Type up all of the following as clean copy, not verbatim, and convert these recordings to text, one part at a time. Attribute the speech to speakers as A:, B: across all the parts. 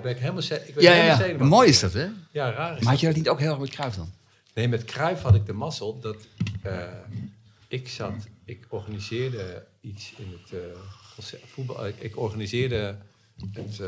A: werd ik helemaal zenuwachtig.
B: Mooi is dat, hè?
A: Ja, raar is
B: Maar had je dat niet ook heel erg met Cruijff dan?
A: Nee, met Cruijff had ik de mazzel dat ik organiseerde iets in het voetbal. Ik organiseerde het.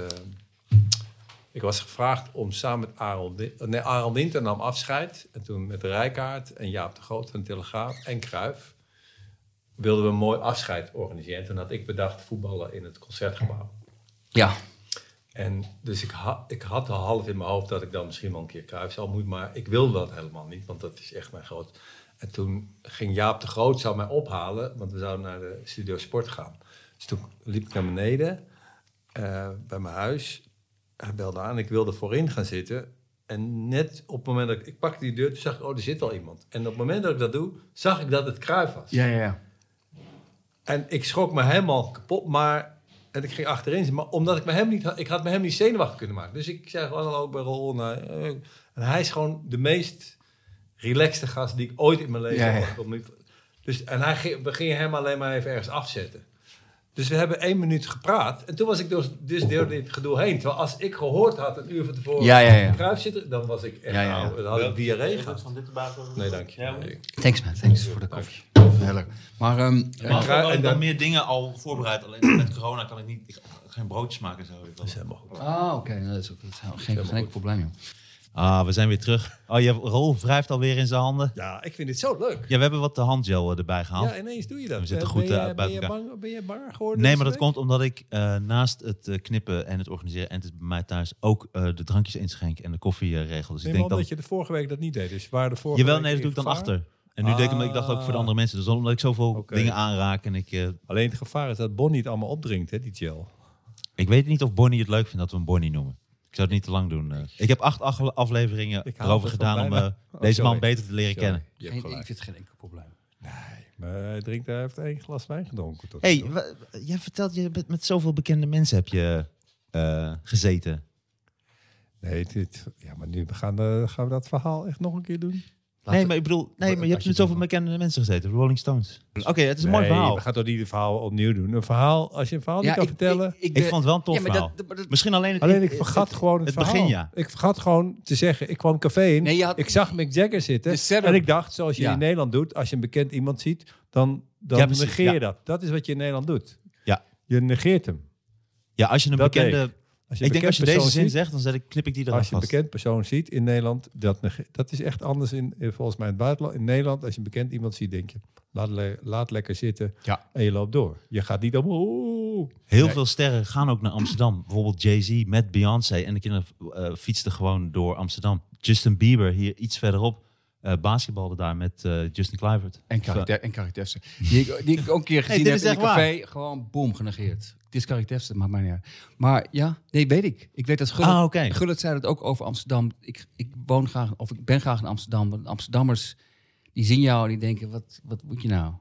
A: Ik was gevraagd om samen met Aron Winter nam afscheid. En toen met Rijkaard en Jaap de Groot van de Telegraaf en Cruijff wilden we een mooi afscheid organiseren. En toen had ik bedacht voetballen in het Concertgebouw.
B: Ja.
A: En dus ik had al half in mijn hoofd dat ik dan misschien wel een keer Cruijff zou moeten, maar ik wilde dat helemaal niet, want dat is echt mijn groot. En toen ging Jaap de Groot zou mij ophalen, want we zouden naar de Studio Sport gaan. Dus toen liep ik naar beneden bij mijn huis. Hij belde aan, ik wilde voorin gaan zitten. En net op het moment dat ik pakte die deur, toen zag ik, er zit al iemand. En op het moment dat ik dat doe, zag ik dat het Cruijff was.
B: Ja.
A: En ik schrok me helemaal kapot, en ik ging achterin zitten, maar omdat ik had me hem niet zenuwachtig kunnen maken. Dus ik zei gewoon ook bij Rol. En hij is gewoon de meest relaxte gast die ik ooit in mijn leven had. Dus, en we gingen hem alleen maar even ergens afzetten. Dus we hebben 1 minuut gepraat. En toen was ik dus door dit gedoe heen. Terwijl als ik gehoord had een uur van tevoren Cruijff zitten, dan was ik echt dan had ik diarree gehad.
C: Van dit
A: Nee, dank je.
C: Ja,
A: nee.
B: Thanks man, thanks voor de koffie. Heel leuk. Maar
C: Maar ik dan meer dingen al voorbereid. Alleen met corona kan ik niet geen broodjes maken. Zo.
A: Dat is helemaal goed.
B: oké. Dat is geen enkel probleem, joh.
D: We zijn weer terug. Je rol wrijft alweer in zijn handen.
A: Ja, ik vind dit zo leuk.
D: Ja, we hebben wat handgel erbij gehaald.
A: Ja, ineens doe je dat.
D: We zitten goed bij
A: ben
D: elkaar.
A: Ben je bang geworden?
D: Nee, maar dat komt omdat ik naast het knippen en het organiseren... en het is bij mij thuis ook de drankjes inschenken en de koffie regel. Dus
A: ik denk dat je de vorige week dat niet deed. Dus waar de vorige
D: Jawel,
A: week
D: nee, dat doe ik dan
A: gevaar?
D: achter. En nu denk ik dacht ook voor de andere mensen. Dus omdat ik zoveel dingen aanraak en ik...
A: Alleen het gevaar is dat Bonnie het allemaal opdrinkt, hè, die gel.
D: Ik weet niet of Bonnie het leuk vindt dat we hem Bonnie noemen. Ik zou het niet te lang doen. Ik heb 8 afleveringen erover gedaan om deze man beter te leren kennen.
B: Ik vind het geen enkel probleem.
A: Nee, maar hij heeft 1 glas wijn gedronken.
D: Jij vertelt, je met zoveel bekende mensen heb je gezeten.
A: Nee, maar nu gaan we dat verhaal echt nog een keer doen?
D: Maar ik bedoel, maar je hebt met zoveel bekende mensen gezeten. Rolling Stones. Oké, het is een mooi verhaal.
A: We gaan toch niet het verhaal opnieuw doen. Een verhaal, als je een verhaal niet kan vertellen...
D: Ik vond het wel een tof verhaal. Misschien alleen
A: ik vergat gewoon het verhaal.
D: Begin, ja.
A: Ik vergat gewoon te zeggen, ik kwam een café in. Ik zag Mick Jagger zitten. En ik dacht, zoals je in Nederland doet, als je een bekend iemand ziet, dan negeer je dat. Dat is wat je in Nederland doet.
D: Ja.
A: Je negeert hem.
D: Ja, als je een bekende... Ik denk als je deze zin
A: ziet,
D: zegt, dan knip ik die eraf.
A: Als je een bekend persoon ziet in Nederland, dat is echt anders volgens mij in het buitenland. In Nederland, als je een bekend iemand ziet, denk je, laat lekker zitten en je loopt door. Je gaat niet om...
D: Heel veel sterren gaan ook naar Amsterdam. Bijvoorbeeld Jay-Z met Beyoncé en de kinderen fietsten gewoon door Amsterdam. Justin Bieber hier iets verderop. Basketbalde daar met Justin Kluivert.
B: En Carrie Tefse. Die ik ook een keer gezien heb in een café. Gewoon boom, genegeerd. Het is Carrie Tefse, maakt mij niet uit. Maar weet ik. Ik weet dat Gullit zei dat ook over Amsterdam. Ik woon graag, of ik ben graag in Amsterdam. Want Amsterdammers, die zien jou en die denken, wat moet je nou?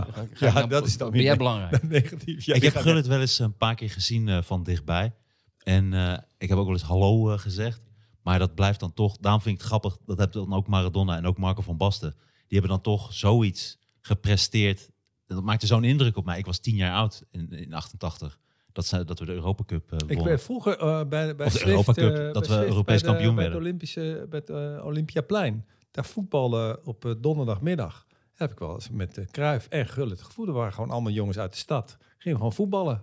A: Dat is dan
B: ben jij belangrijk?
A: Negatief.
D: Ik heb Gullit wel eens een paar keer gezien van dichtbij. En ik heb ook wel eens hallo gezegd. Maar dat blijft dan toch... Daarom vind ik het grappig. Dat hebben dan ook Maradona en ook Marco van Basten. Die hebben dan toch zoiets gepresteerd. Dat maakte zo'n indruk op mij. Ik was 10 jaar oud in 88. Dat we de Europa Cup wonnen.
A: Ik werd vroeger bij
D: of de
A: Swift,
D: Europa Cup. Dat we Europees kampioen werden.
A: Bij het Olympiaplein. Daar voetballen op donderdagmiddag. Heb ik wel eens met Cruijff en Gullit gevoeld. Er waren gewoon allemaal jongens uit de stad. Gingen gewoon voetballen.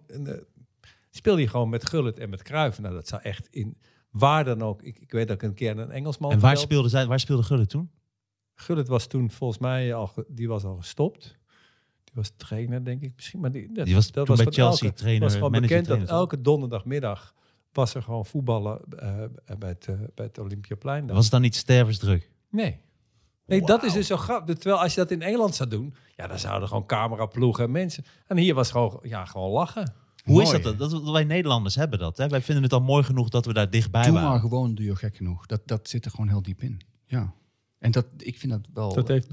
A: Speelde je gewoon met Gullit en met Cruijff. Nou, dat zou echt in... Waar dan ook. Ik weet dat ik een keer een Engelsman...
D: En waar speelde Gullit toen?
A: Gullit was toen volgens mij al gestopt. Die was trainer, denk ik. Misschien, maar die was toen bij Chelsea trainer. Het was gewoon bekend dat elke donderdagmiddag was er gewoon voetballen bij het Olympiaplein.
D: Was het dan niet stervensdruk?
A: Nee. Nee, wow. Dat is dus zo grappig. Terwijl als je dat in Engeland zou doen, dan zouden gewoon cameraploegen en mensen. En hier was gewoon lachen.
D: Hoe is dat? Wij Nederlanders hebben dat. Hè? Wij vinden het al mooi genoeg dat we daar dichtbij waren.
B: Doe maar gewoon, doe je gek genoeg. Dat zit er gewoon heel diep in. Ja. En ik vind dat wel...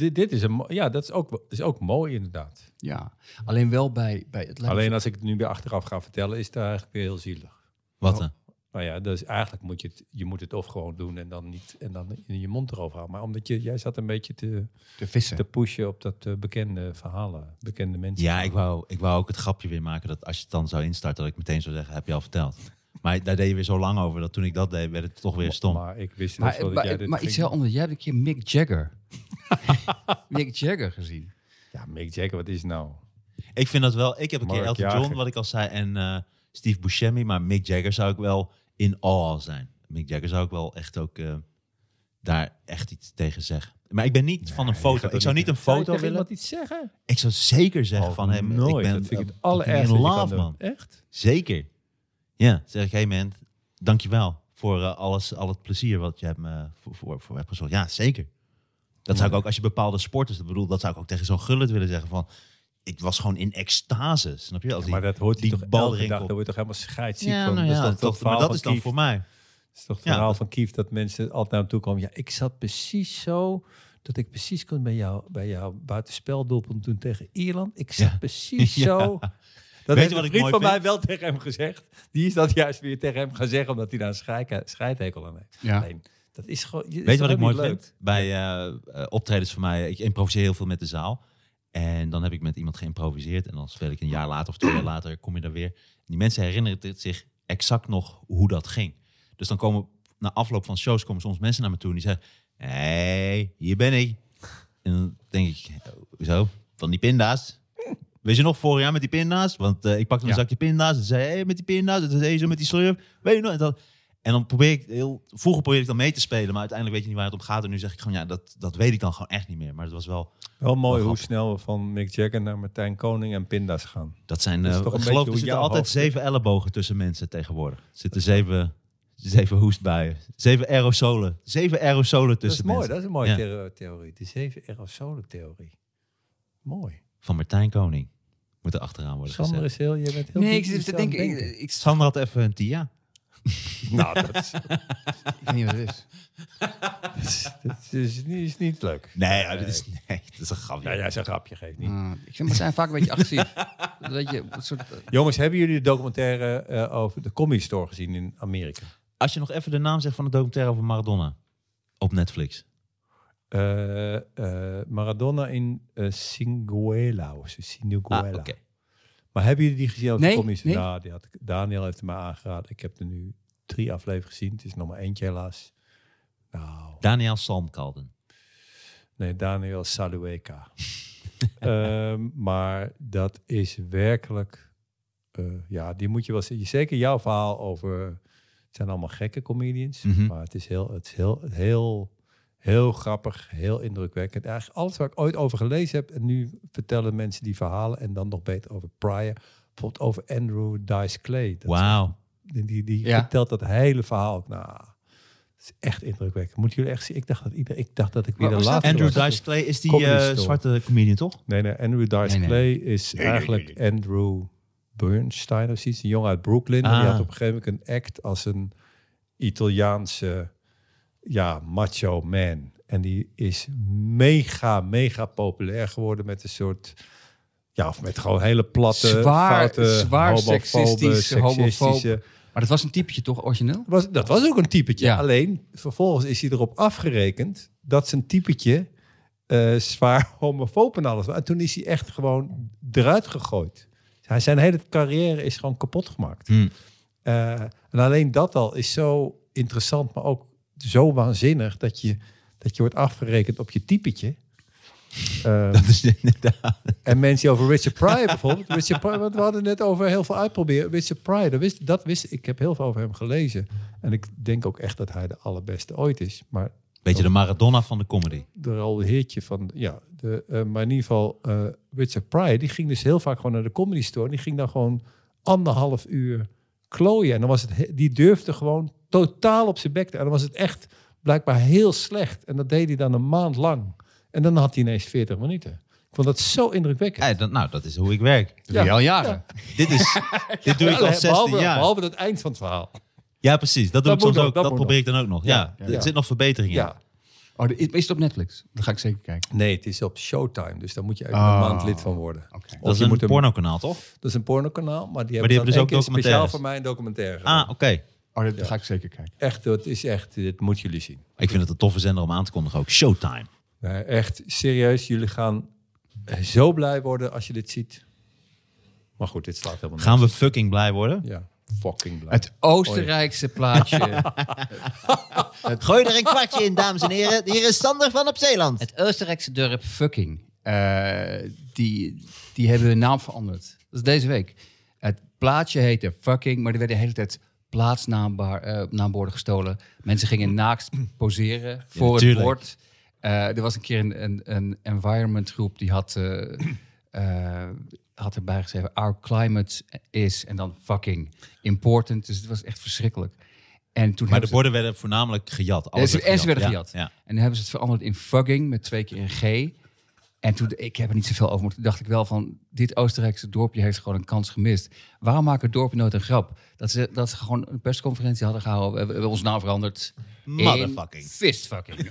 A: Dat is ook mooi inderdaad.
B: Ja, alleen wel bij het...
A: Alleen als ik het nu weer achteraf ga vertellen, is het eigenlijk weer heel zielig.
D: Wat dan?
A: Nou ja, dus eigenlijk moet je het of gewoon doen en dan niet en dan in je mond erover houden. Maar omdat jij zat een beetje te vissen, te pushen op dat bekende verhalen, bekende mensen.
D: Ja, ik wou ook het grapje weer maken dat als je het dan zou instarten, dat ik meteen zou zeggen, heb je al verteld. Maar daar deed je weer zo lang over dat toen ik dat deed, werd het toch weer stom.
A: Maar ik wist wel dat jij dit
B: Maar iets heel anders. Jij hebt een keer Mick Jagger. Mick Jagger gezien.
A: Ja, Mick Jagger, wat is nou?
D: Ik vind dat wel... Ik heb een keer
A: Mark
D: Elton
A: Jager.
D: John, wat ik al zei, en Steve Buscemi. Maar Mick Jagger zou ik wel in awe zijn. Mick Jagger zou ik wel echt ook daar echt iets tegen zeggen. Maar ik ben niet van een foto. Ik zou niet een foto willen.
A: Iemand iets zeggen?
D: Ik zou zeker zeggen van hem.
A: Nooit.
D: Ik ben
A: dat vind ik het
D: in
A: allerergste
D: love, man.
A: Echt?
D: Zeker. Ja, zeg ik, hey man, dankjewel voor al het plezier wat je hebt me voor hebt gezorgd. Ja, zeker. Dat zou ik ook, als je bepaalde sporters bedoelt, dat zou ik ook tegen zo'n Gullit willen zeggen van, ik was gewoon in extase, snap je? Als
A: Maar dat hoort hij
D: die
A: toch
D: bal
A: elke
D: erin
A: dag,
D: komt.
A: daar word je toch helemaal scheidsziek
D: Ja,
A: van.
D: nou
A: Dat is
D: ja,
A: toch het
D: maar
A: verhaal
D: dat
A: van
D: is dan
A: Kief?
D: voor mij.
A: Dat is toch het
D: Ja,
A: verhaal
D: dat-
A: van Kief, dat mensen altijd naar hem toe komen. Ja, ik zat precies zo, dat ik precies kon bij jou buitenspeldoelpunt toen tegen Ierland. Ik zat
D: Ja.
A: precies
D: Ja.
A: zo. Dat
D: Weet
A: heeft
D: je wat
A: een
D: ik
A: vriend
D: mooi
A: van
D: vind?
A: mij wel tegen hem gezegd. Die is dat juist weer tegen hem gaan zeggen, omdat hij daar een scheidhekel aan heeft.
B: Ja.
A: Alleen, dat is gewoon...
D: Weet je wat ik mooi
A: leuk?
D: vind? Bij optredens van mij, ik improviseer heel veel met de zaal. En dan heb ik met iemand geïmproviseerd. En dan speel ik een jaar later of 2 jaar later, kom je daar weer. En die mensen herinneren zich exact nog hoe dat ging. Dus dan komen, na afloop van shows, komen soms mensen naar me toe en die zeggen, hey, hier ben ik. En dan denk ik, hoezo? Van die pinda's? Weet je nog, vorig jaar met die pinda's? Want ik pakte een zakje pinda's en zei, hey, met die pinda's. En dan zei zo met die slurf. Weet je nog? En dan probeer ik, vroeger probeerde ik dan mee te spelen, maar uiteindelijk weet je niet waar het om gaat. En nu zeg ik gewoon, ja, dat weet ik dan gewoon echt niet meer. Maar het was wel...
A: Wel mooi
D: Wel
A: hoe
D: grappig.
A: snel we van Mick Jagger naar Martijn Koning en Pinda's gaan.
D: Dat zijn,
A: Dat is toch een
D: ik
A: beetje
D: geloof,
A: hoe
D: er zitten
A: jouw
D: altijd
A: hoofd-
D: 7 ellebogen tussen mensen tegenwoordig. Er zitten 7 hoestbuien. 7 aerosolen. 7 aerosolen
A: Dat is
D: tussen
A: mooi,
D: mensen.
A: dat is een mooie
D: Ja.
A: theorie. De 7 aerosolen-theorie. Mooi.
D: Van Martijn Koning. Moet er achteraan worden
A: Sander
D: gezet.
A: is je bent heel
B: Nee,
A: diep
B: ik zit
A: iets
B: te
A: aan het
B: denken.
D: Sander had even een Tia.
A: Nou, dat is,
B: Ik weet niet wat het is.
A: is niet leuk.
D: Nee, dat is een grapje.
A: Ja, is een grapje, geeft niet.
B: Ik vind Martijn vaak een beetje agressief. Weet je, een soort,
A: Jongens, hebben jullie de documentaire over de Comedy Store gezien in Amerika?
D: Als je nog even de naam zegt van de documentaire over Maradona. Op Netflix.
A: Maradona in Singuela. Of Siniguela.
D: Ah, oké.
A: Maar hebben jullie die gezien over
B: Nee,
A: de Comedy Store?
B: nee.
A: Nou, Daniel heeft het mij aangeraden. Ik heb er nu 3 afleveringen gezien. Het is nog maar eentje helaas. Nou,
D: Daniel Salmkalden.
A: nee, Daniel Salueka. Maar dat is werkelijk... ja, die moet je wel zien. Zeker jouw verhaal over... Het zijn allemaal gekke comedians.
D: Mhm.
A: Maar het is heel grappig. Heel indrukwekkend. Eigenlijk alles waar ik ooit over gelezen heb. En nu vertellen mensen die verhalen. En dan nog beter over Pryor. Bijvoorbeeld over Andrew Dice Clay. Dat
D: Wauw.
A: Die
B: Ja.
A: vertelt dat hele verhaal. Nou, het is echt indrukwekkend. Moeten jullie echt zien. Ik dacht dat ik weer de
B: Waar staat
A: laatste
D: Andrew
A: was.
D: Dice Clay is die
A: Comedy Store.
D: zwarte comedian, toch?
A: Nee, Andrew Dice
B: Nee.
A: Clay is eigenlijk Andrew Bernstein of zoiets. Een jongen uit Brooklyn. En die
D: Ah.
A: had op een gegeven moment een act als een Italiaanse macho man. En die is mega populair geworden met een soort... Ja, of met gewoon hele platte, foute,
B: zwaar
A: homofobe,
B: seksistische. Maar dat was een typetje toch, origineel?
A: Dat was ook een typetje.
B: Ja.
A: Alleen, vervolgens is hij erop afgerekend dat zijn typetje zwaar homofoob en alles was. En toen is hij echt gewoon eruit gegooid. Zijn hele carrière is gewoon kapot gemaakt. En alleen dat al is zo interessant, maar ook zo waanzinnig dat je wordt afgerekend op je typetje.
D: Dat is inderdaad.
A: En mensen over Richard Pryor bijvoorbeeld. Richard Pryor, want we hadden net over heel veel uitproberen. Richard Pryor, dat wist ik. heb heel veel over hem gelezen. En ik denk ook echt dat hij de allerbeste ooit is. Maar
D: Beetje de Maradona van de comedy.
A: de al heertje van... Ja, maar in ieder geval Richard Pryor, die ging dus heel vaak gewoon naar de Comedy Store. En die ging dan gewoon 1,5 uur klooien. En dan was het... Die durfde gewoon totaal op zijn bek te... En dan was het echt blijkbaar heel slecht. En dat deed hij dan een maand lang. En dan had hij ineens 40 minuten. Ik vond dat zo indrukwekkend.
D: Ja, dat is hoe ik werk.
B: Dat doe je al jaren.
D: Dit doe ik al 16 jaar.
A: Behalve het eind van het verhaal.
D: Ja, precies. Dat doe
A: Dat
D: ik soms
A: moet
D: ook.
A: nog, dat
D: Dat
A: moet
D: probeer ik dan ook nog. Ja,
A: Ja.
D: er zit nog verbetering in.
A: Ja.
B: Oh, is het op Netflix? Dan ga ik zeker kijken.
A: Nee, het is op Showtime. Dus daar moet je even
B: Oh.
A: een maand lid van worden.
B: Oké.
A: Of
D: Dat is
A: je
D: een
A: moet hem-
D: pornokanaal, toch?
A: Dat is een pornokanaal. Maar die
D: hebben
A: hebben
D: dus
A: dan
D: ook
A: één keer speciaal
D: documentaires.
A: voor mij een documentaire gedaan.
D: Ah, oké.
B: Oh, dat ga ik zeker kijken.
A: Echt, het is echt... Dit moet jullie zien.
D: Ik vind het een toffe zender om aan te kondigen ook. Showtime.
A: Nee, echt, serieus. Jullie gaan zo blij worden als je dit ziet. Maar goed, dit slaat helemaal
D: Gaan we fucking blij worden?
A: Ja. fucking blij.
B: Het Oostenrijkse plaatje.
E: Gooi er een kwartje in, dames en heren. Hier is Sander van op Zeeland.
B: Het Oostenrijkse dorp Fucking. Die hebben hun naam veranderd. Dat is deze week. Het plaatje heette Fucking, maar er werden de hele tijd plaatsnaamborden gestolen. Mensen gingen naakt poseren voor het bord. Er was een keer een environment groep die had erbij geschreven: Our climate is, en dan fucking important. Dus het was echt verschrikkelijk. En toen
D: maar de borden werden voornamelijk gejat.
B: En ze werden gejat.
D: Ja.
B: En dan hebben ze het veranderd in fucking met 2 keer een G. En toen, ik heb er niet zoveel over, maar toen dacht ik wel van, dit Oostenrijkse dorpje heeft gewoon een kans gemist. Waarom maken het dorpje nooit een grap? Dat ze gewoon een persconferentie hadden gehouden. We hebben ons naam veranderd.
D: Motherfucking.
B: In fistfucking.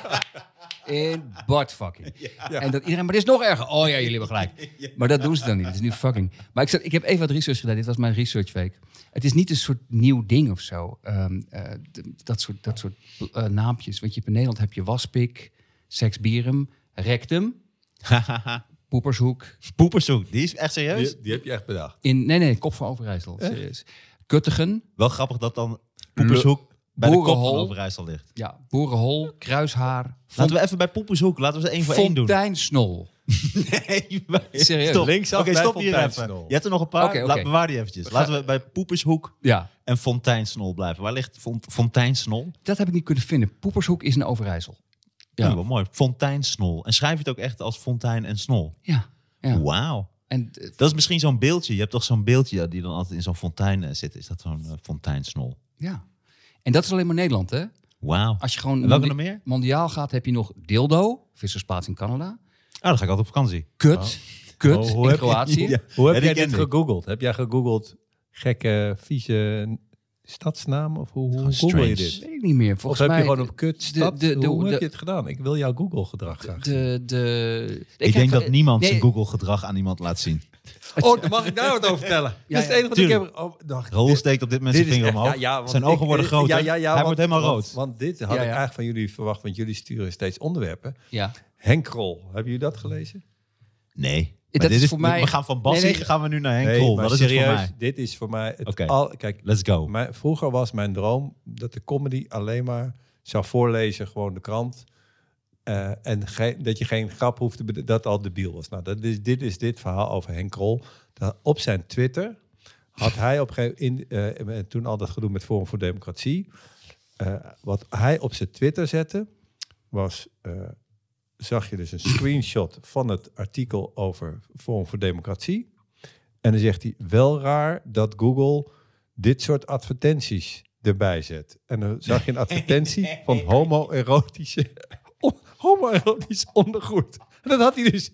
B: In buttfucking. Ja. En dat iedereen, maar dit is nog erger. Oh ja, jullie hebben gelijk. Maar dat doen ze dan niet. Het is nu fucking. Maar ik heb even wat research gedaan. Dit was mijn researchweek. Het is niet een soort nieuw ding of zo. Dat soort naampjes. Want in Nederland heb je waspik, seksbierum, rectum, poepershoek.
D: Poepershoek, die is echt serieus?
A: Die heb je echt bedacht.
B: Nee, Kop van Overijssel. Serieus. Kuttegen.
D: Wel grappig dat dan Poepershoek bij de kop van Overijssel ligt.
B: Ja, Boerenhol, Kruishaar.
D: Laten we even bij Poepershoek, laten we ze 1 voor 1 doen.
B: Fonteinsnol.
D: Nee,
B: serieus.
D: Stop.
A: Linksaf
D: Oké,
A: bij
D: stop hier even.
A: Fonteinsnol.
D: Je hebt er nog een paar.
B: Oké.
D: Laat bewaar die eventjes. Laten we bij Poepershoek en Fonteinsnol blijven. Waar ligt Fonteinsnol?
B: Dat heb ik niet kunnen vinden. Poepershoek is in Overijssel.
D: Ja, wel mooi. Fonteinsnol. En schrijf je het ook echt als fontein en snol?
B: Ja.
D: Wauw.
B: En
D: dat is misschien zo'n beeldje. Je hebt toch zo'n beeldje die dan altijd in zo'n fontein zit. Is dat zo'n fonteinsnol?
B: Ja. En dat is alleen maar Nederland, hè?
D: Wauw.
B: Als je gewoon
D: en welke nog meer?
B: mondiaal gaat, heb je nog dildo, vissersplaats in Canada.
D: Dan ga ik altijd op vakantie.
B: Kut in Kroatië.
A: Hoe heb jij dit gegoogeld? Heb jij gegoogeld gekke, vieze stadsnaam? Of hoe google je dit?
B: Weet ik niet meer. Volgens
A: of heb
B: mij
A: je gewoon op kut stad? Hoe heb je het gedaan? Ik wil jouw Google-gedrag graag zien.
D: Ik denk dat niemand zijn Google-gedrag aan iemand laat zien.
A: Oh, dan mag ik daar wat over vertellen. Dat is het enige wat ik heb...
D: Raoul steekt op dit moment zijn vinger omhoog. Zijn ogen worden groter. Hij wordt helemaal rood.
A: Want dit had ik eigenlijk van jullie verwacht, want jullie sturen steeds onderwerpen.
B: Ja.
A: Henk Krol, hebben jullie dat gelezen?
D: Nee.
B: Dat is voor mij...
D: We gaan van Bassie, gaan we nu naar Henk Krol.
A: Maar
D: dat
A: serieus,
D: is voor mij.
A: dit is voor mij...
D: Kijk, let's go.
A: Vroeger was mijn droom dat de comedy alleen maar zou voorlezen, gewoon de krant. En dat je geen grap hoeft te bedenken, dat al debiel was. Nou, dit is dit verhaal over Henk Krol. Op zijn Twitter had hij op een gegeven moment, toen al dat gedoe met Forum voor Democratie, wat hij op zijn Twitter zette, was, zag je dus een screenshot van het artikel over Forum voor Democratie. En dan zegt hij, wel raar dat Google dit soort advertenties erbij zet. En dan zag je een advertentie van homoerotisch ondergoed. En dat had hij dus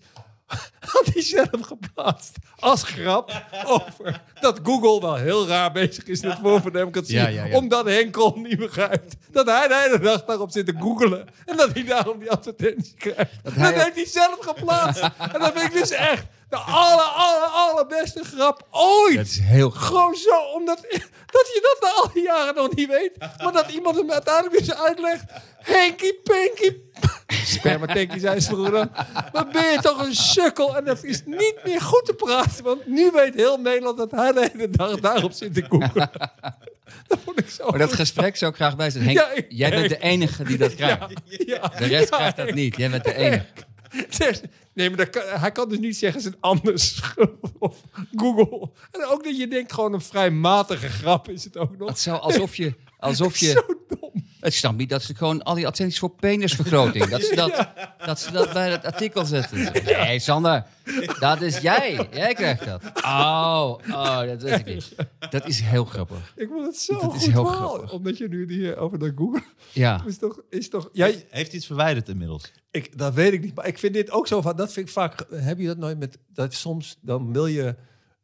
A: zelf geplaatst als grap over dat Google wel heel raar bezig is met Forum voor Democratie. Ja. Omdat Henk Krol niet begrijpt dat hij de hele dag daarop zit te googelen. En dat hij daarom die advertentie krijgt. Dat heeft hij zelf geplaatst. En dat vind ik dus echt de allerbeste grap ooit.
B: Dat is heel grappig.
A: Gewoon zo, omdat dat je dat na al die jaren nog niet weet. Maar dat iemand hem uiteindelijk dus uitlegt. Henkie, Pinky, spermatinky zijn ze vroeger dan. Maar ben je toch een sukkel? En dat is niet meer goed te praten. Want nu weet heel Nederland dat hij de hele dag daarop zit te googelen. Dat vond ik zo.
B: Maar dat gesprek zou ik graag bij zijn. Henk, jij bent de enige die dat krijgt. De rest krijgt dat niet. Jij bent de enige.
A: Nee, maar hij kan dus niet zeggen zijn anders of Google. En ook dat je denkt, gewoon een vrij matige grap is het ook nog.
B: Het zou alsof je
A: zo dom.
B: Het snap niet dat ze gewoon al die advertenties voor penisvergroting, dat ze dat bij het artikel zetten. Nee, Sander, dat is jij. Jij krijgt dat. Oh, dat weet ik niet. Dat is heel grappig.
A: Ik vond het zo
B: dat
A: goed
B: is heel
A: verhaal,
B: grappig.
A: omdat je nu hier over dat Google...
B: Ja.
A: Is toch
D: Heeft hij iets verwijderd inmiddels?
A: Dat weet ik niet, maar ik vind dit ook zo van... Dat vind ik vaak... Heb je dat nooit met... Dat soms, dan wil je...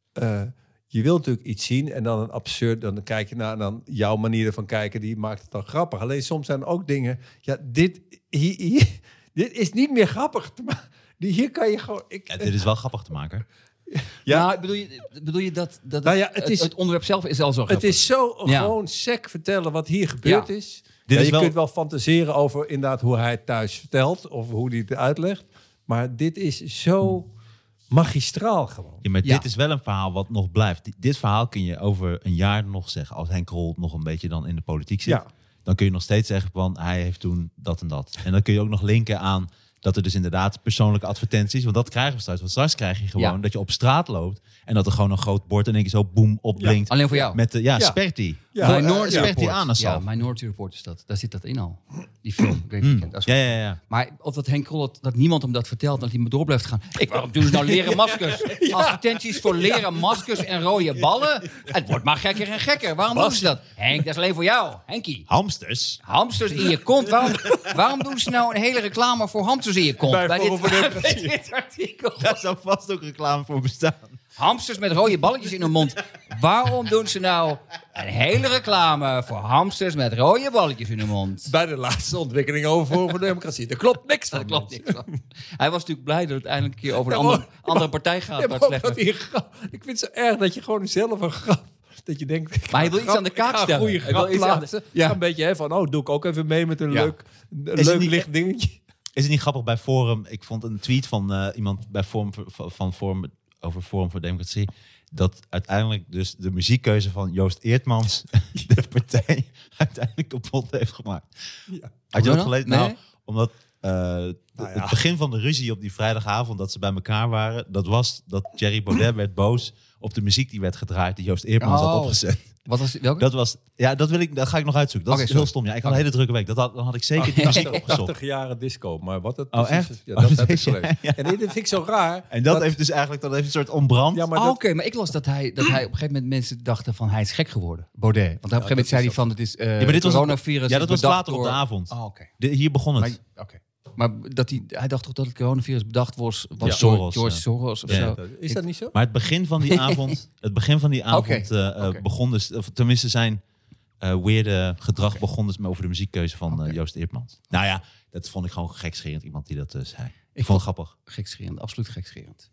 A: je wilt natuurlijk iets zien en dan een absurd... Dan kijk je naar en dan jouw manier ervan kijken... Die maakt het dan grappig. Alleen soms zijn er ook dingen... Ja, dit is niet meer grappig te maken. Hier kan je gewoon...
D: Dit is wel grappig te maken.
B: Ja, nou, bedoel je dat
A: nou ja, het onderwerp
B: zelf is al zo grappig?
A: Het is zo gewoon sec vertellen wat hier gebeurd is. Je kunt wel fantaseren over inderdaad hoe hij het thuis vertelt... of hoe hij het uitlegt. Maar dit is zo... magistraal gewoon.
D: Ja, maar dit is wel een verhaal wat nog blijft. Dit verhaal kun je over een jaar nog zeggen. Als Henk Krol nog een beetje dan in de politiek zit. Dan kun je nog steeds zeggen van hij heeft toen dat en dat. En dan kun je ook nog linken aan dat er dus inderdaad persoonlijke advertenties. Want dat krijgen we straks. Want straks krijg je gewoon dat je op straat loopt. En dat er gewoon een groot bord in één keer zo boem opblinkt.
B: Alleen voor jou.
D: Met de, Sperti.
B: Minority
D: aan als
B: Ja, Minority Report is dat. Daar zit dat in al. Die film. Ik weet niet, dat is
D: ja.
B: Maar of dat Henk Krol, dat niemand hem dat vertelt, dat hij maar door blijft gaan. Waarom doen ze nou leren maskers? Advertenties voor leren maskers en rode ballen. Het wordt maar gekker en gekker. Waarom doen ze dat? Henk, dat is alleen voor jou. Henkie.
D: Hamsters
B: in je kont. Waarom doen ze nou een hele reclame voor hamsters in je kont? Bij dit artikel.
D: Daar zou vast ook reclame voor bestaan.
B: Hamsters met rode balletjes in hun mond. Waarom doen ze nou een hele reclame voor hamsters met rode balletjes in hun mond?
A: Bij de laatste ontwikkeling over Forum voor Democratie. Er klopt niks van.
B: Hij was natuurlijk blij dat het eindelijk een keer over een andere partij gaat.
A: Ik vind het zo erg dat je gewoon zelf een grap... Dat je denkt...
B: Maar hij wil iets aan de kaak stellen.
A: Een goede grap plaatsen. Een beetje van, doe ik ook even mee met een leuk licht dingetje.
D: Is het niet grappig bij Forum? Ik vond een tweet van iemand bij Forum over Forum voor Democratie, dat uiteindelijk dus de muziekkeuze van Joost Eertmans de partij uiteindelijk kapot heeft gemaakt. Ja. Had je dat gelezen? Nee? Nou, omdat het begin van de ruzie op die vrijdagavond dat ze bij elkaar waren, dat was dat Thierry Baudet werd boos op de muziek die werd gedraaid, die Joost Eertmans had opgezet.
B: Wat was welke?
D: Dat was, dat ga ik nog uitzoeken. Dat is heel stom. Ja, ik had een hele drukke week. Dan had ik zeker die muziek opgezocht.
A: 80 jaren disco, maar wat het
D: echt?
A: Is, dat heb ik gelezen. En dit vind ik zo raar.
D: En dat heeft dus eigenlijk een soort ontbrand.
B: Ja, oké, maar ik las dat hij op een gegeven moment mensen dachten van hij is gek geworden, Baudet. Want op een gegeven moment zei hij van het is
D: maar dit
B: coronavirus.
D: Ja, dat was later op de avond. Hier begon het.
B: Maar hij dacht toch dat het coronavirus bedacht was
D: Soros,
B: George Soros of zo.
A: Is dat niet zo?
D: Maar het begin van die avond, begon dus, of tenminste zijn weirde gedrag begon dus over de muziekkeuze van Joost Eertmans. Nou ja, dat vond ik gewoon gekscherend, iemand die dat zei. Ik vond het grappig.
B: Gekscherend, absoluut gekscherend.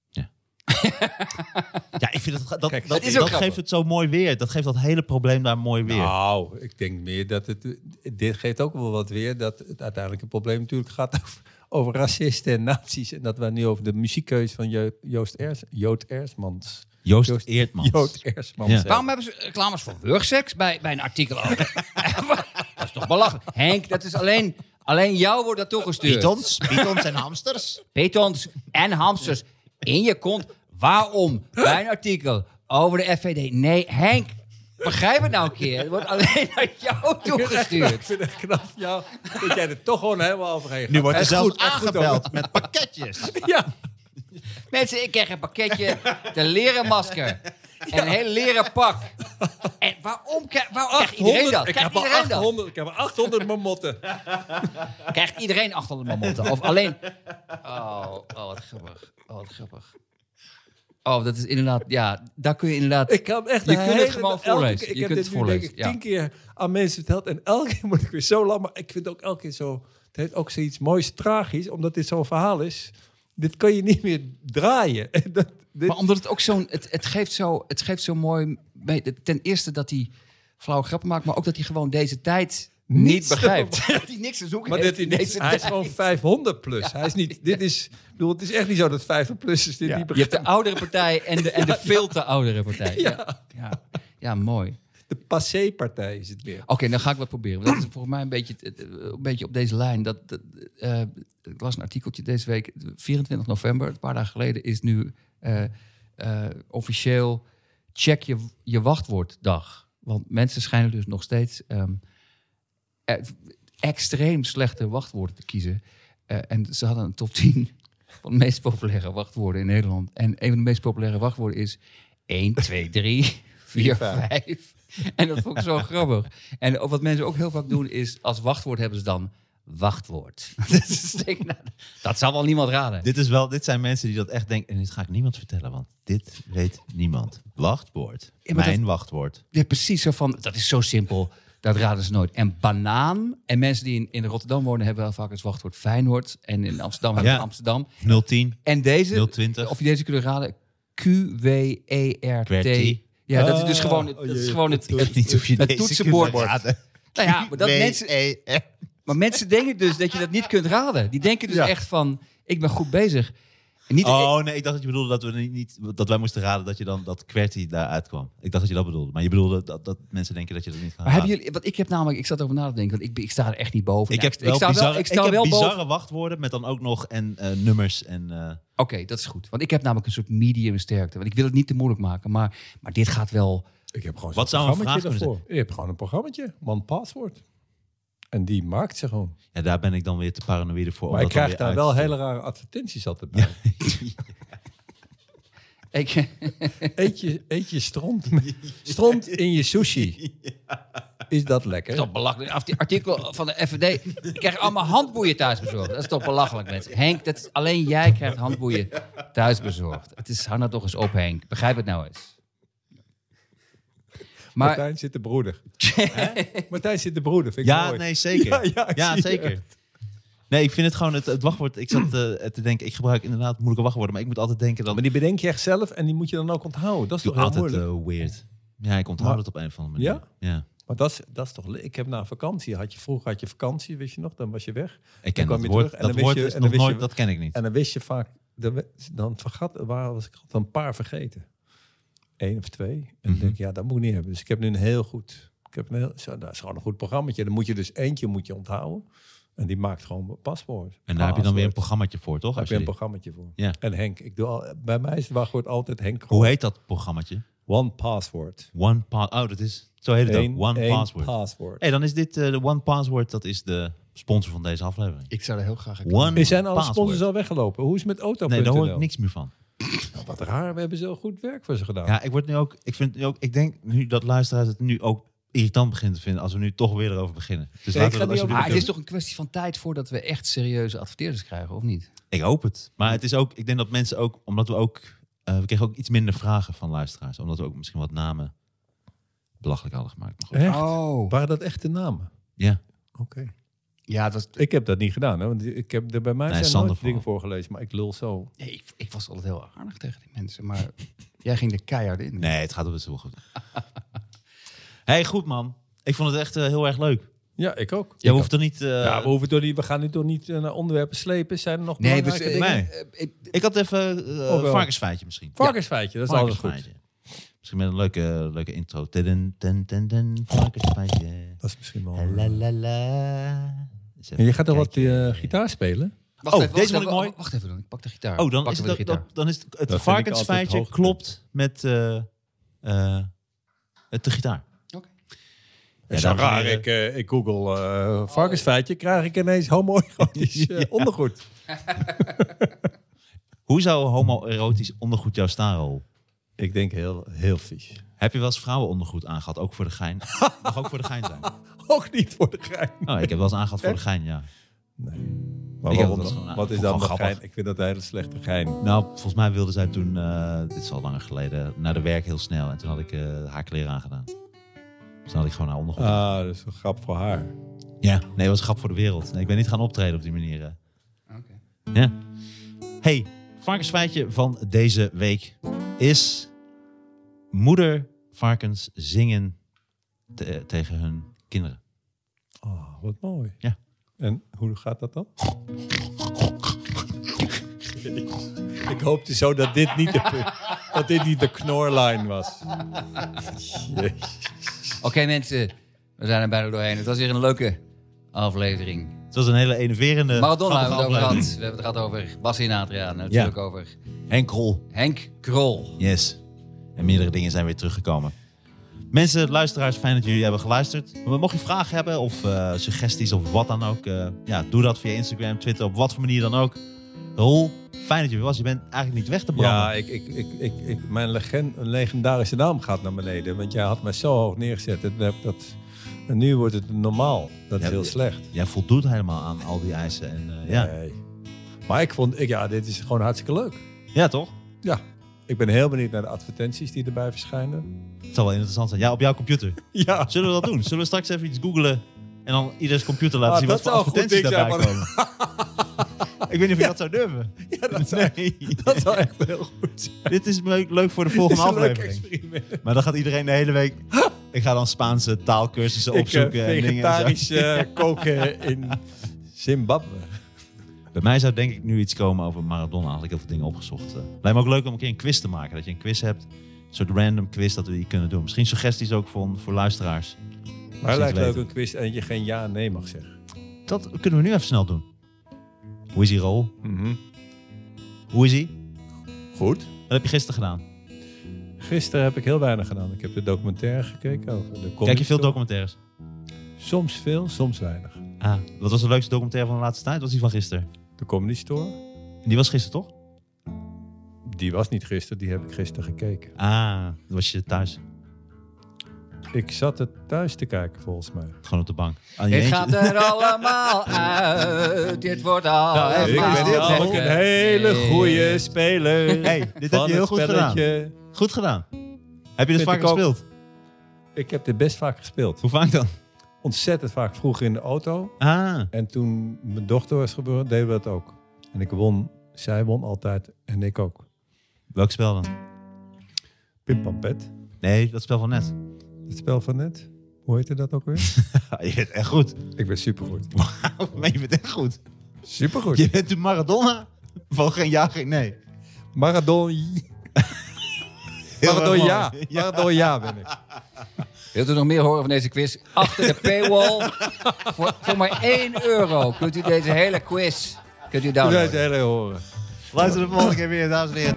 D: Ja, ik vind dat geeft het zo mooi weer. Dat geeft dat hele probleem daar mooi weer.
A: Nou, ik denk meer dat dit geeft ook wel wat weer. Dat het uiteindelijk het probleem natuurlijk gaat over racisten en nazi's. En dat we nu over de muziekkeuze van Joost Eertmans.
B: Ja. Waarom hebben ze reclames voor wurgseks bij een artikel over? Dat is toch belachelijk. Henk, dat is alleen jou wordt dat toegestuurd.
E: Pythons en hamsters.
B: Pythons en hamsters in je kont. Waarom? Bij een artikel over de FVD. Nee, Henk, begrijp het nou een keer. Het wordt alleen naar jou toegestuurd.
A: Ik vind het knap dat jij er toch gewoon helemaal overheen gaat.
E: Nu wordt er zelfs aangebeld met pakketjes.
A: Ja.
B: Mensen, ik krijg een pakketje, de leren masker en een hele leren pak. En waarom krijgt iedereen dat?
A: Ik heb 800 marmotten.
B: Krijgt iedereen 800 marmotten? Of alleen... Oh, wat grappig. Oh, dat is inderdaad... Ja, daar kun je inderdaad...
A: Ik kan echt...
B: Je kunt het gewoon voorlezen.
A: Ik heb dit nu denk ik 10 keer aan mensen verteld. En elke keer moet ik weer zo lang... Maar ik vind het ook elke keer zo... Het heeft ook zoiets moois tragisch. Omdat dit zo'n verhaal is. Dit kan je niet meer draaien.
B: Maar omdat het ook zo'n... Het geeft zo mooi... Ten eerste dat hij flauwe grappen maakt. Maar ook dat hij gewoon deze tijd... niet begrijpt. Dat hij niks te zoeken heeft in deze tijd.
A: Hij is gewoon 500 plus. Ja. Hij is niet... Dit is... het is echt niet zo dat 50 plus is dit niet begrijpt.
B: Je hebt de oudere partij en de veel te oudere partij. Ja, mooi.
A: De passé-partij is het weer.
B: Oké, dan ga ik wat proberen. Dat is volgens mij een beetje op deze lijn. Ik las een artikeltje deze week. 24 november, een paar dagen geleden, is nu officieel check je wachtwoorddag. Want mensen schijnen dus nog steeds extreem slechte wachtwoorden te kiezen. En ze hadden een top 10 van de meest populaire wachtwoorden in Nederland. En een van de meest populaire wachtwoorden is 1, 2, 3, 4, 5. En dat vond ik zo grappig. En wat mensen ook heel vaak doen is, als wachtwoord hebben ze dan wachtwoord. Dat zal wel niemand raden.
D: Dit zijn mensen die dat echt denken. En dit ga ik niemand vertellen, want dit weet niemand. Wachtwoord. Ja, mijn wachtwoord.
B: Ja, precies zo van, dat is zo simpel. Dat raden ze nooit. En banaan. En mensen die in Rotterdam wonen hebben wel vaak het wachtwoord Feyenoord. En in Amsterdam hebben we Amsterdam.
D: 010.
B: En deze,
D: 020.
B: of je deze kunnen raden, QWERT. Ja, dat is dus gewoon het toetsenbord. Nou ja, maar mensen denken dus dat je dat niet kunt raden. Die denken dus echt van, ik ben goed bezig. Niet,
D: nee, ik dacht dat je bedoelde dat we dat wij moesten raden dat je dan dat QWERTY daaruit kwam. Ik dacht dat je dat bedoelde. Maar je bedoelde dat mensen denken dat je dat niet kan
B: maar
D: raden.
B: hebben jullie, want ik zat over na te denken, want ik sta er echt niet boven.
D: Ik heb wel bizarre wachtwoorden met dan ook nog nummers en...
B: Oké, dat is goed. Want ik heb namelijk een soort medium sterkte. Want ik wil het niet te moeilijk maken, maar dit gaat wel...
A: Ik heb gewoon
D: Wat zou een vraag kunnen zijn?
A: Je hebt gewoon een programmaatje, OnePassword. En die maakt ze gewoon.
D: Ja, daar ben ik dan weer te paranoïde voor.
A: Maar ik krijg daar wel hele rare advertenties altijd bij. Eet je stront in je sushi. Is dat lekker?
B: Dat is toch belachelijk. Af die artikel van de FVD. Ik krijg allemaal handboeien thuis bezorgd. Dat is toch belachelijk, mensen. Henk, dat is, alleen jij krijgt handboeien thuis bezorgd. Hou nou toch eens op, Henk. Begrijp het nou eens. Maar...
A: Martijn zit de broeder. Martijn zit de broeder, vind ik mooi.
D: Nee, zeker. Ja, zeker. Nee, ik vind het gewoon het wachtwoord. Ik zat te denken, ik gebruik inderdaad moeilijke wachtwoorden, maar ik moet altijd denken dat...
A: Maar die bedenk je echt zelf en die moet je dan ook onthouden. Dat is toch heel
D: altijd
A: moeilijk?
D: Weird. Ja, ik onthoud het op een of andere manier.
A: Ja? Maar dat is toch... Ik heb na vakantie, vroeger had je vakantie, wist je nog, dan was je weg.
D: Ik ken
A: dan
D: dat woord. Dat ken ik niet.
A: En dan wist je vaak, dan was ik altijd een paar vergeten. 1 of 2. En dan denk ik, dat moet ik niet hebben. Dus ik heb nu een heel goed... dat is gewoon een goed programmaatje. Dan moet je dus eentje onthouden. En die maakt gewoon een paswoord.
D: En daar heb je dan weer een programmaatje voor, toch?
A: Daar heb je een programmaatje voor.
D: Ja.
A: En Henk, bij mij is het wachtwoord altijd Henk.
D: Hoe heet dat programmaatje?
A: OnePassword.
D: Dat is... Zo heet het ook.
A: OnePassword.
D: Dan is dit de OnePassword. Dat is de sponsor van deze aflevering.
B: Ik zou er heel graag...
A: Zijn alle sponsors al weggelopen? Hoe is het met Auto.nl?
D: Nee, daar hoor ik niks meer van.
A: Nou, wat raar, we hebben zo goed werk voor ze gedaan.
D: Ja, ik denk nu dat luisteraars het nu ook irritant beginnen te vinden als we nu toch weer erover beginnen. Dus
B: het is toch een kwestie van tijd voordat we echt serieuze adverteerders krijgen, of niet?
D: Ik hoop het. Maar het is ook, ik denk dat mensen ook, omdat we kregen ook iets minder vragen van luisteraars, omdat we ook misschien wat namen belachelijk hadden gemaakt.
A: Maar echt? Waren dat echte namen?
D: Ja.
A: Oké.
B: Ja,
A: ik heb dat niet gedaan, hè? Want ik heb er bij mij zijn nooit dingen voorgelezen, maar ik lul zo.
B: Nee, ik was altijd heel aardig tegen die mensen, maar jij ging er keihard in.
D: Nee, het gaat op het zo goed. Hey, goed man. Ik vond het echt heel erg leuk.
A: Ja, ik ook.
D: Je hoeft er niet...
A: we hoeven toch niet. We gaan nu toch niet naar onderwerpen slepen. Zijn er nog belangrijke dingen?
D: Nee. Ik had even varkensfeitje misschien.
A: Varkensfeitje, dat is altijd goed.
D: Misschien met een leuke intro. Varkensfeitje.
A: Dat is misschien wel...
D: En
A: je gaat toch wat gitaar spelen?
B: Deze vond ik mooi. Wacht even dan, ik pak de gitaar.
D: Oh, dan is het varkensfeitje klopt met de gitaar.
A: Oké. Ja, dan raar. Ik google varkensfeitje, krijg ik ineens homoerotisch ondergoed.
D: Hoe zou homoerotisch ondergoed jouw staan, Rol?
A: Ik denk heel, heel vies.
D: Heb je wel eens vrouwenondergoed aangehad, ook voor de gein? Mag ook voor de gein zijn.
A: Ook niet voor de gein.
D: Oh, ik heb wel eens aangehad voor de gein, ja.
A: Nee. Maar wat is dan de gein? Ik vind dat een hele slechte gein.
D: Nou, volgens mij wilde zij toen, dit is al langer geleden, naar de werk heel snel. En toen had ik haar kleren aangedaan. Dus dan had ik gewoon haar ondergoed.
A: Dat is een grap voor haar.
D: Ja, nee, het was een grap voor de wereld. Nee, ik ben niet gaan optreden op die manier.
B: Oké.
D: Ja. Hey, varkensfeitje van deze week is... moedervarkens zingen tegen hun kinderen.
A: Oh, wat mooi.
D: Ja.
A: En hoe gaat dat dan? Ik hoopte zo dat dit niet de knorlijn was.
B: Oké, mensen, we zijn er bijna doorheen. Het was weer een leuke aflevering.
D: Het was een hele enerverende...
B: Maradona hebben we het over gehad. We hebben het gehad over Bas Sinatra en natuurlijk over... Henk Krol.
D: Yes. En meerdere dingen zijn weer teruggekomen. Mensen, luisteraars, fijn dat jullie hebben geluisterd. Maar mocht je vragen hebben of suggesties of wat dan ook... doe dat via Instagram, Twitter, op wat voor manier dan ook. Rol, fijn dat je weer was. Je bent eigenlijk niet weg te branden.
A: Ja, mijn legendarische naam gaat naar beneden. Want jij had mij zo hoog neergezet. En nu wordt het normaal. Dat is heel slecht.
D: Jij voldoet helemaal aan al die eisen. En,
A: Nee. Maar ik vond, dit is gewoon hartstikke leuk.
D: Ja, toch?
A: Ja. Ik ben heel benieuwd naar de advertenties die erbij verschijnen.
D: Het zal wel interessant zijn. Ja, op jouw computer.
A: Ja.
D: Zullen we dat doen? Zullen we straks even iets googlen en dan ieders computer laten zien wat voor advertenties daarbij komen? Ik weet niet of je dat zou durven.
A: Ja, dat zou echt heel goed zijn.
D: Dit is leuk voor de volgende aflevering.
A: Experiment.
D: Maar dan gaat iedereen de hele week... Ik ga dan Spaanse taalkursussen opzoeken.
A: Vegetarisch koken in Zimbabwe.
D: Bij mij zou denk ik nu iets komen over Maradona. Had ik heel veel dingen opgezocht. Lijkt me ook leuk om een keer een quiz te maken. Dat je een quiz hebt. Een soort random quiz dat we die kunnen doen. Misschien suggesties ook voor luisteraars.
A: Maar het lijkt leuk een quiz en je geen ja en nee mag zeggen.
D: Dat kunnen we nu even snel doen. Hoe is die rol? Hoe is hij?
A: Goed.
D: Wat heb je gisteren gedaan?
A: Gisteren heb ik heel weinig gedaan. Ik heb de documentaire gekeken over de
D: Kijk je veel documentaires?
A: Soms veel, soms weinig.
D: Wat was de leukste documentaire van de laatste tijd? Wat was die van gisteren?
A: De Comedy Store.
D: Die was gisteren, toch?
A: Die was niet gisteren, die heb ik gisteren gekeken.
D: Dan was je thuis.
A: Ik zat het thuis te kijken, volgens mij.
D: Gewoon op de bank.
B: Het gaat er allemaal uit. Dit wordt allemaal...
A: Ik ben namelijk een hele goede speler.
D: Hey, dit heb je heel goed gedaan. Goed gedaan. Heb je dit vaak gespeeld?
A: Ik heb dit best vaak gespeeld.
D: Hoe vaak dan?
A: Ontzettend vaak. Vroeger in de auto.
D: En
A: toen mijn dochter was geboren, deden we dat ook. En ik won. Zij won altijd en ik ook.
D: Welk spel dan?
A: Pim Pam Pet.
D: Nee, dat spel van net.
A: Het spel van net. Hoe heette dat ook weer?
D: Je bent echt goed.
A: Ik ben supergoed.
D: Maar je bent echt goed.
A: Supergoed.
D: Je bent de Maradona van geen ja, geen nee.
A: Maradona ja ben ik.
B: Wilt u nog meer horen van deze quiz? Achter de paywall. voor maar €1 kunt u deze hele quiz downloaden.
A: Deze hele horen.
D: Luister de volgende keer weer, dames en heren.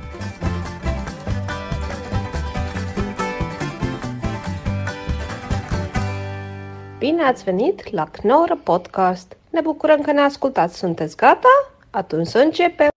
F: Bine ați venit la Knorr Podcast! Ne bucurăm că ne ascultați. Sunteți gata? Atunci să începem!